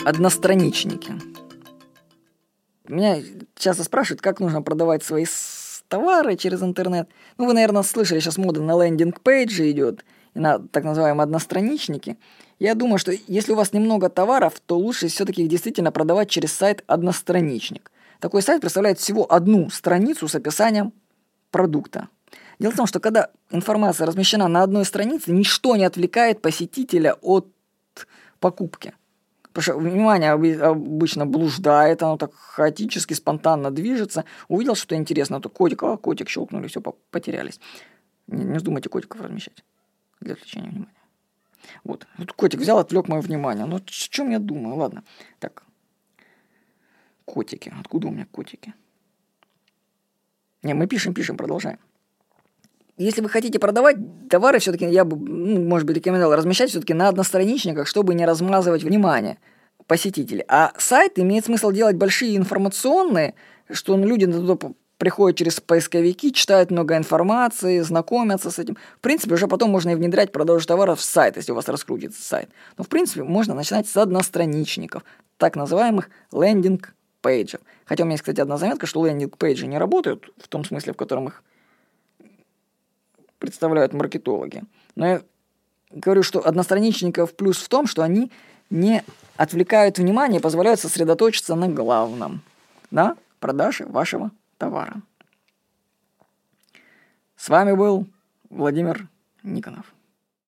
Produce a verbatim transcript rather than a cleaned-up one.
одностраничники. Меня часто спрашивают, как нужно продавать свои товары через интернет. Ну, вы, наверное, слышали, сейчас мода на лендинг-пейджи идет, и на так называемые одностраничники. Я думаю, что если у вас немного товаров, то лучше все-таки их действительно продавать через сайт одностраничник. Такой сайт представляет всего одну страницу с описанием продукта. Дело в том, что когда информация размещена на одной странице, ничто не отвлекает посетителя от покупки. Потому что внимание обычно блуждает, оно так хаотически, спонтанно движется. Увидел что-то интересное, то котик, а котик щелкнули, все, потерялись. Не, не вздумайте котиков размещать для отвлечения внимания. Вот, вот котик взял, отвлек мое внимание. Ну, о чем я думаю? Ладно. Так, котики. Откуда у меня котики? Не, мы пишем, пишем, продолжаем. Если вы хотите продавать товары, все-таки я бы, ну, может быть, рекомендовал размещать все-таки на одностраничниках, чтобы не размазывать внимание посетителей. А сайт имеет смысл делать большие информационные, что люди туда приходят через поисковики, читают много информации, знакомятся с этим. В принципе, уже потом можно и внедрять продажу товаров в сайт, если у вас раскрутится сайт. Но, в принципе, можно начинать с одностраничников, так называемых лендинг-пейджев. Хотя у меня есть, кстати, одна заметка, что лендинг-пейджи не работают в том смысле, в котором их представляют маркетологи. Но я говорю, что одностраничников плюс в том, что они не отвлекают внимание и позволяют сосредоточиться на главном, на продаже вашего товара. С вами был Владимир Никонов.